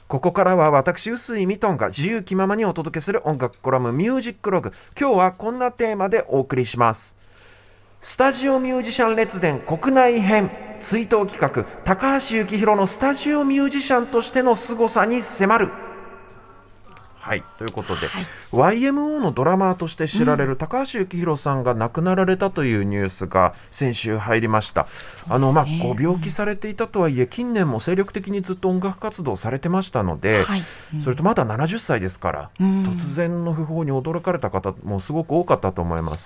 ここからは私臼井ミトンが自由気ままにお届けする音楽コラムミュージックログ。今日はこんなテーマでお送りします。スタジオミュージシャン列伝国内編追悼企画、高橋幸宏のスタジオミュージシャンとしての凄さに迫る。はい、ということで、YMO のドラマーとして知られる高橋幸宏さんが亡くなられたというニュースが先週入りました。ご病気されていたとはいえ近年も精力的にずっと音楽活動されてましたので、それとまだ70歳ですから、突然の訃報に驚かれた方もすごく多かったと思います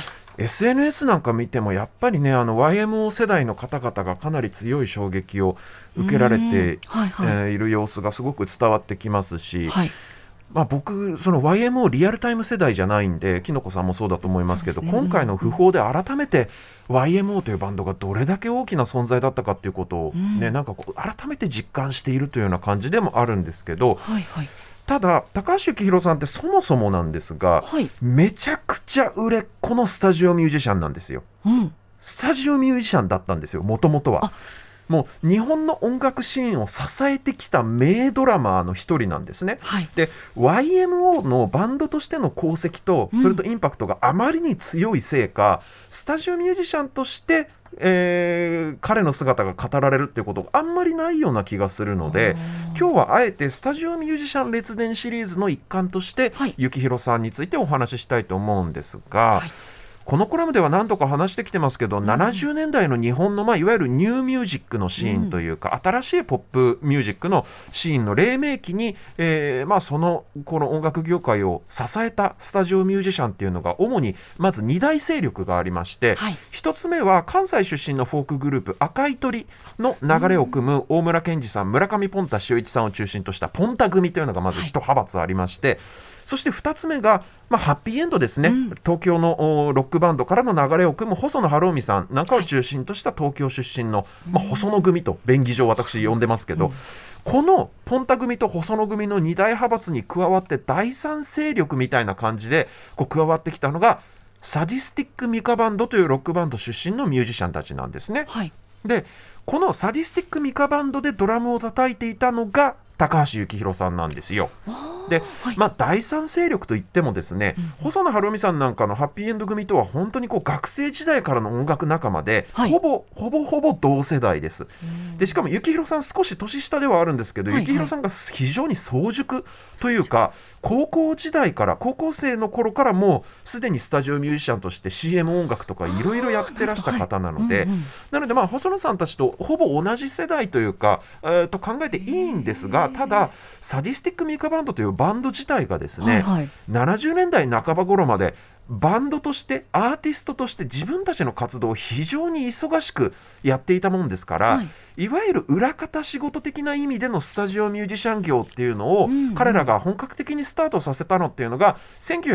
。SNS なんか見てもやっぱりね、YMO 世代の方々がかなり強い衝撃を受けられている様子がすごく伝わってきますし、僕その YMO リアルタイム世代じゃないんで、きのこさんもそうだと思いますけど、今回の訃報で改めて YMO というバンドがどれだけ大きな存在だったかっていうことを、なんか改めて実感しているというような感じでもあるんですけど、ただ高橋幸宏さんってそもそもなんですが、めちゃくちゃ売れっ子のスタジオミュージシャンなんですよ。スタジオミュージシャンだったんですよ、もともとは。もう日本の音楽シーンを支えてきた名ドラマーの一人なんですね。で YMO のバンドとしての功績と、それとインパクトがあまりに強いせいか、スタジオミュージシャンとして彼の姿が語られるっていうことがあんまりないような気がするので、今日はあえてスタジオミュージシャン列伝シリーズの一環として幸宏さんについてお話ししたいと思うんですが、このコラムでは何度か話してきてますけど、70年代の日本の、いわゆるニューミュージックのシーンというか、新しいポップミュージックのシーンの黎明期に、この音楽業界を支えたスタジオミュージシャンっていうのが主にまず2大勢力がありまして、1つ目は関西出身のフォークグループ赤い鳥の流れを組む大村健二さん、村上ポンタ秀一さんを中心としたポンタ組というのがまず1派閥ありまして、そして2つ目が、ハッピーエンドですね、東京のロックバンドからの流れを組む細野晴臣さんなんかを中心とした東京出身の、細野組と便宜上私呼んでますけど、このポンタ組と細野組の2大派閥に加わって第三勢力みたいな感じで加わってきたのがサディスティックミカバンドというロックバンド出身のミュージシャンたちなんですね。でこのサディスティックミカバンドでドラムを叩いていたのが高橋幸宏さんなんですよ。で、第三勢力といってもですね、細野晴臣さんなんかのハッピーエンド組とは本当に学生時代からの音楽仲間で、ほぼ同世代です。でしかも幸宏さん少し年下ではあるんですけど、幸宏さんが非常に早熟というか、高校時代から高校生の頃からもうすでにスタジオミュージシャンとして CM 音楽とかいろいろやってらした方なので、細野さんたちとほぼ同じ世代というか、と考えていいんですが、ただサディスティックミカバンドというバンド自体がですね、70年代半ば頃までバンドとしてアーティストとして自分たちの活動を非常に忙しくやっていたもんですから、いわゆる裏方仕事的な意味でのスタジオミュージシャン業っていうのを、彼らが本格的にスタートさせたのっていうのが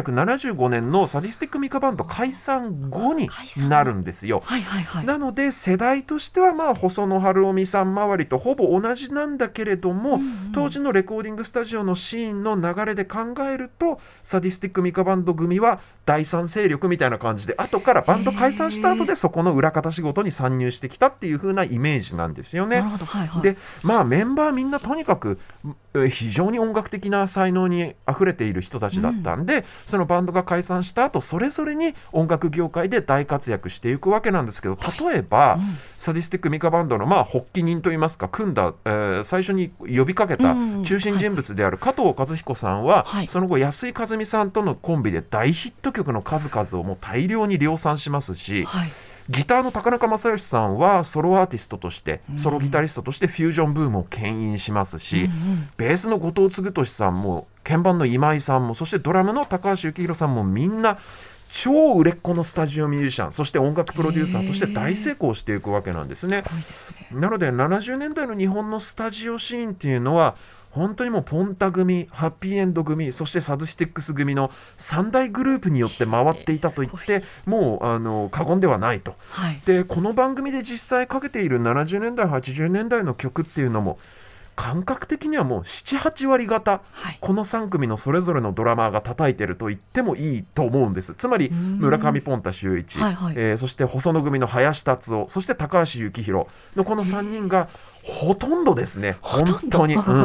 1975年のサディスティックミカバンド解散後になるんですよ。なので世代としては細野晴臣さん周りとほぼ同じなんだけれども、当時のレコーディングスタジオのシーンの流れで考えるとサディスティックミカバンド組は第三勢力みたいな感じで、後からバンド解散した後でそこの裏方仕事に参入してきたっていう風なイメージなんですよね。でメンバーみんなとにかく非常に音楽的な才能にあふれている人たちだったんで、そのバンドが解散した後それぞれに音楽業界で大活躍していくわけなんですけど、例えば、サディスティックミカバンドの発起人といいますか、組んだ、最初に呼びかけた中心人物である加藤和彦さんは、その後安井和美さんとのコンビで大ヒット曲の数々をもう大量に量産しますし、ギターの高中正義さんはソロアーティストとして、ソロギタリストとしてフュージョンブームを牽引しますし、ベースの後藤嗣俊さんも鍵盤の今井さんも、そしてドラムの高橋幸宏さんもみんな超売れっ子のスタジオミュージシャン、そして音楽プロデューサーとして大成功していくわけなんですね。なので70年代の日本のスタジオシーンっていうのは本当にもうポンタ組、ハッピーエンド組、そしてサディスティックス組の3大グループによって回っていたと言ってもう過言ではないと。でこの番組で実際かけている70年代80年代の曲っていうのも感覚的にはもう 7,8 割方、この3組のそれぞれのドラマーが叩いてると言ってもいいと思うんです。つまり村上ポンタ秀一、そして細野組の林達夫、そして高橋幸宏のこの3人がほとんどですね、本当に、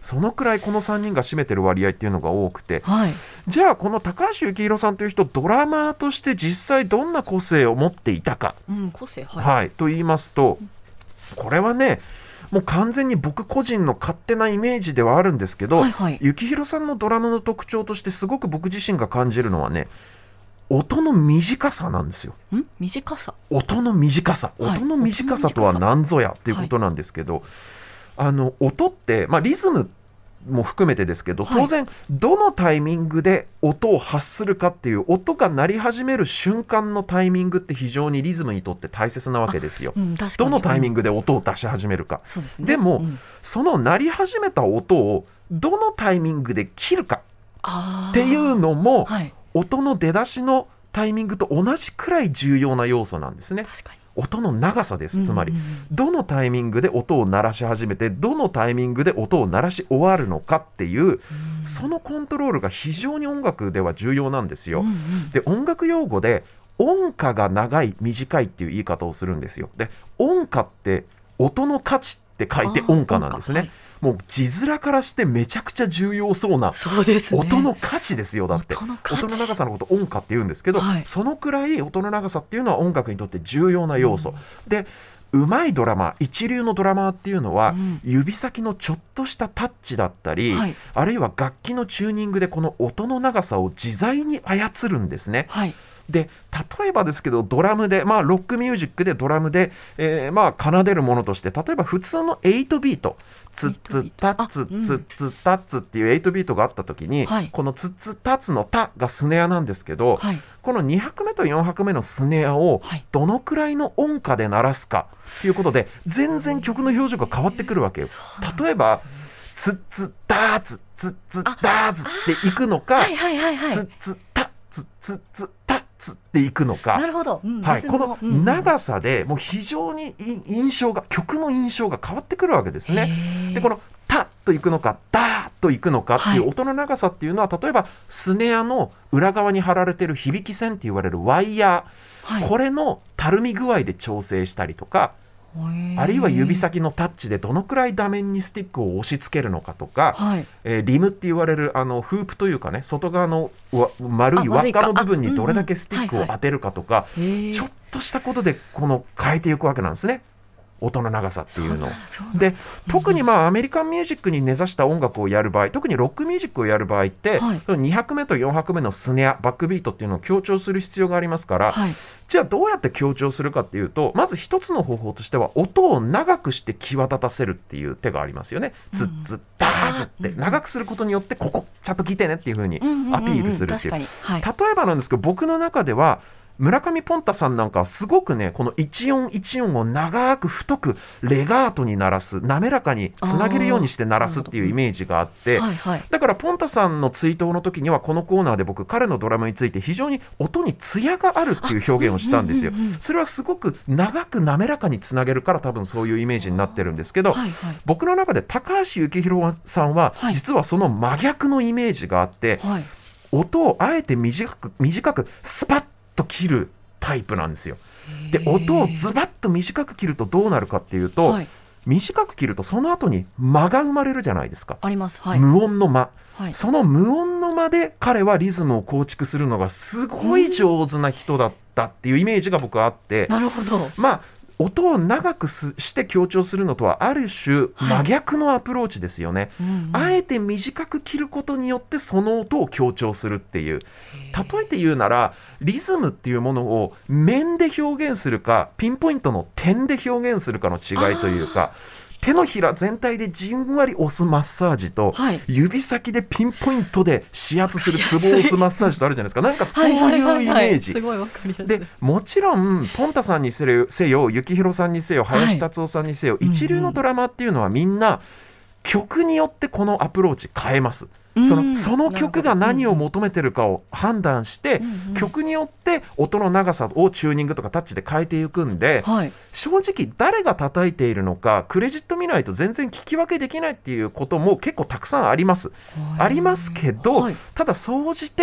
そのくらいこの3人が占めてる割合っていうのが多くて、 はい、 じゃあこの高橋幸宏さんという人、ドラマーとして実際どんな個性を持っていたか、 個性、 と言いますと、これはねもう完全に僕個人の勝手なイメージではあるんですけど、幸宏さんのドラムの特徴としてすごく僕自身が感じるのはね、音の短さなんですよ。 短さ、 音の短さ、音の短さとは何ぞやっていうことなんですけど、音って、リズムも含めてですけど、当然どのタイミングで音を発するかっていう、音が鳴り始める瞬間のタイミングって非常にリズムにとって大切なわけですよ。どのタイミングで音を出し始めるか、でも、その鳴り始めた音をどのタイミングで切るかっていうのも、音の出だしのタイミングと同じくらい重要な要素なんですね。音の長さです。つまりどのタイミングで音を鳴らし始めて、どのタイミングで音を鳴らし終わるのかっていう、そのコントロールが非常に音楽では重要なんですよ。で、音楽用語で音価が長い短いっていう言い方をするんですよ。で、音価って音の価値って書いて音価なんですね。もう字面からしてめちゃくちゃ重要そうな音の価値ですよ。だって音の長さのこと音価って言うんですけど、そのくらい音の長さっていうのは音楽にとって重要な要素、で、うまいドラマー、一流のドラマーっていうのは、指先のちょっとしたタッチだったり、あるいは楽器のチューニングでこの音の長さを自在に操るんですね。で、例えばですけど、ドラムで、ロックミュージックでドラムで、奏でるものとして、例えば普通の8ビート、ツッツッタッツッツッツッタッツっていう8ビートがあった時に、このツッツッタッツのタがスネアなんですけど、この2拍目と4拍目のスネアをどのくらいの音価で鳴らすかということで、全然曲の表情が変わってくるわけよ。例えばツッツッターツッツッツッターツっていくのか、ツッツッタッツッツッツッタッっていくのか。 なるほど、 この長さでもう非常に曲の印象が変わってくるわけですね。で、このタといくのかダーといくのかっていう音の長さっていうのは、例えばスネアの裏側に貼られている響き線って言われるワイヤー、これのたるみ具合で調整したりとか、あるいは指先のタッチでどのくらい画面にスティックを押し付けるのかとか、リムって言われるフープというかね、外側の丸い輪っかの部分にどれだけスティックを当てるかとか、ちょっとしたことで変えていくわけなんですね、音の長さっていうので、特にアメリカンミュージックに根ざした音楽をやる場合、特にロックミュージックをやる場合って、2拍目と4拍目のスネア、バックビートっていうのを強調する必要がありますから、じゃあどうやって強調するかっていうと、まず一つの方法としては音を長くして際立たせるっていう手がありますよね。ツッツッダーズって長くすることによって、ここちゃんと聞いてねっていう風にアピールするっていう。例えばなんですけど、僕の中では村上ポンタさんなんかはすごくね、この一音一音を長く太くレガートに鳴らす、滑らかにつなげるようにして鳴らすっていうイメージがあって、だからポンタさんの追悼の時にはこのコーナーで僕彼のドラムについて非常に音に艶があるっていう表現をしたんですよ。それはすごく長く滑らかにつなげるから多分そういうイメージになってるんですけど、僕の中で高橋幸宏さんは実はその真逆のイメージがあって、音をあえて短くスパッと切るタイプなんですよ。で、音をズバッと短く切るとどうなるかっていうと、短く切るとその後に間が生まれるじゃないですか。 あります、 無音の間、その無音の間で彼はリズムを構築するのがすごい上手な人だったっていうイメージが僕はあって、 なるほど。 音を長くして強調するのとはある種真逆のアプローチですよね。あえて短く切ることによってその音を強調するっていう。例えて言うなら、リズムっていうものを面で表現するかピンポイントの点で表現するかの違いというか、手のひら全体でじんわり押すマッサージと、指先でピンポイントで指圧するツボを押すマッサージとあるじゃないですか。なんかそういうイメージで、もちろんポンタさんにせよ幸宏さんにせよ林達夫さんにせよ、一流のドラマっていうのはみんな曲によってこのアプローチ変えます。その曲が何を求めてるかを判断して、曲によって音の長さをチューニングとかタッチで変えていくんで、正直誰が叩いているのかクレジット見ないと全然聞き分けできないっていうことも結構たくさんありますけど、ただ総じて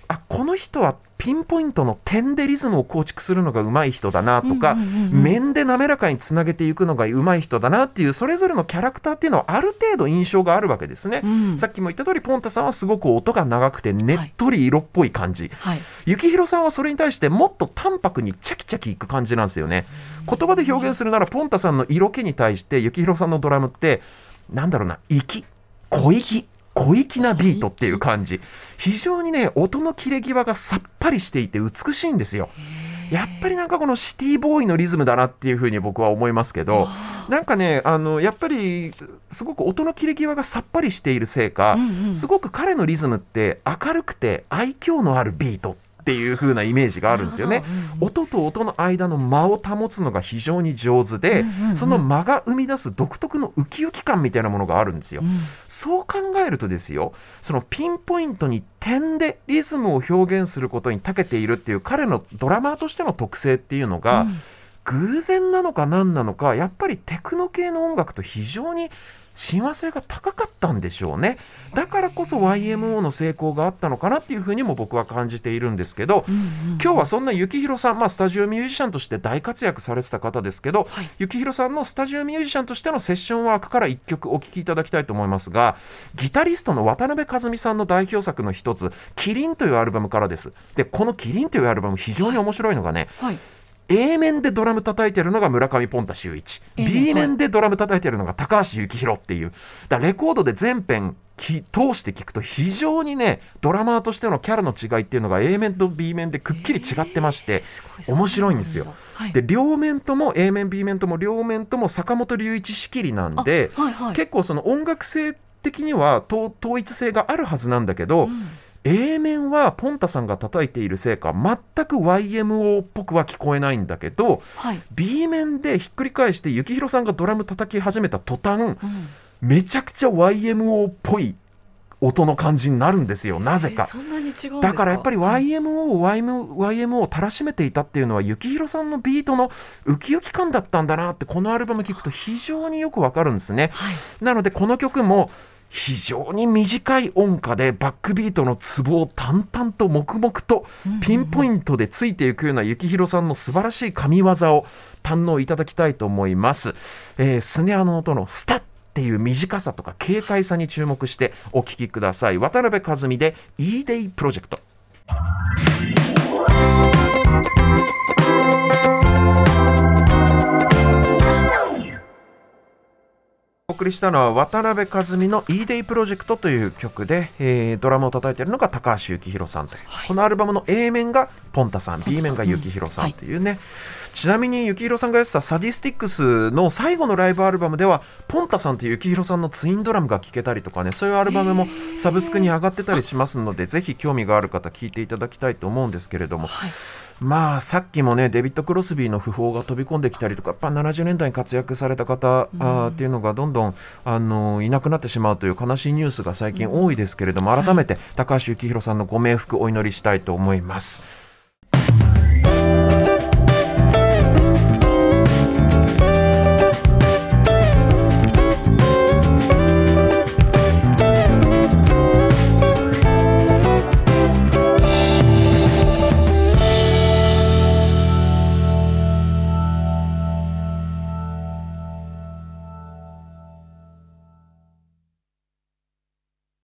この人はピンポイントの点でリズムを構築するのが上手い人だなとか、面で滑らかにつなげていくのが上手い人だなっていう、それぞれのキャラクターっていうのはある程度印象があるわけですね、さっきも言った通りポンタさんはすごく音が長くてねっとり色っぽい感じ、幸宏さんはそれに対してもっと淡白にチャキチャキいく感じなんですよね。言葉で表現するならポンタさんの色気に対して幸宏さんのドラムってなんだろうな、小粋なビートっていう感じ、非常にね音の切れ際がさっぱりしていて美しいんですよ。やっぱりなんかこのシティボーイのリズムだなっていうふうに僕は思いますけど、なんかねやっぱりすごく音の切れ際がさっぱりしているせいか、すごく彼のリズムって明るくて愛嬌のあるビートっていう風なイメージがあるんですよね。音と音の間の間を保つのが非常に上手で、その間が生み出す独特のウキウキ感みたいなものがあるんですよ、そう考えるとですよ、そのピンポイントに点でリズムを表現することに長けているっていう彼のドラマーとしての特性っていうのが、偶然なのか何なのか、やっぱりテクノ系の音楽と非常に親和性が高かったんでしょうね。だからこそ YMO の成功があったのかなっていうふうにも僕は感じているんですけど、今日はそんな幸宏さん、スタジオミュージシャンとして大活躍されてた方ですけど、幸宏さんのスタジオミュージシャンとしてのセッションワークから1曲お聴きいただきたいと思いますが、ギタリストの渡辺和美さんの代表作の一つキリンというアルバムからです。でこのキリンというアルバム非常に面白いのがね、A 面でドラム叩いてるのが村上ポンタ秀一、B 面でドラム叩いてるのが高橋幸宏っていう、レコードで全編通して聞くと非常にねドラマーとしてのキャラの違いっていうのが A 面と B 面でくっきり違ってまして面白いんですよ。で両面とも A 面 B 面とも両面とも坂本龍一仕切りなんで、結構その音楽性的には統一性があるはずなんだけど、A 面はポンタさんが叩いているせいか全く YMO っぽくは聞こえないんだけど、B 面でひっくり返して幸宏さんがドラム叩き始めた途端、めちゃくちゃ YMO っぽい音の感じになるんですよ、なぜか。 そんなに違うんですか？ だからやっぱり YMO をたらしめていたっていうのは幸宏さんのビートのウキウキ感だったんだなってこのアルバム聴くと非常によくわかるんですね、なのでこの曲も非常に短い音階でバックビートのツボを淡々と黙々とピンポイントでついていくような幸宏さんの素晴らしい神業を堪能いただきたいと思います、スネアの音のスタッっていう短さとか軽快さに注目してお聴きください。渡辺和美で E-Day プロジェクト。お送りしたのは渡辺和美の E-Day プロジェクトという曲で、ドラムを叩いているのが高橋幸宏さんという、このアルバムの A 面がポンタさん、B 面が幸宏さんというね、ちなみに幸宏さんがやってたサディスティックスの最後のライブアルバムではポンタさんと幸宏さんのツインドラムが聴けたりとかね、そういうアルバムもサブスクに上がってたりしますので、ぜひ興味がある方聴いていただきたいと思うんですけれども、さっきもねデビッド・クロスビーの訃報が飛び込んできたりとか、やっぱ70年代に活躍された方っていうのがどんどんいなくなってしまうという悲しいニュースが最近多いですけれども、改めて高橋幸宏さんのご冥福お祈りしたいと思います。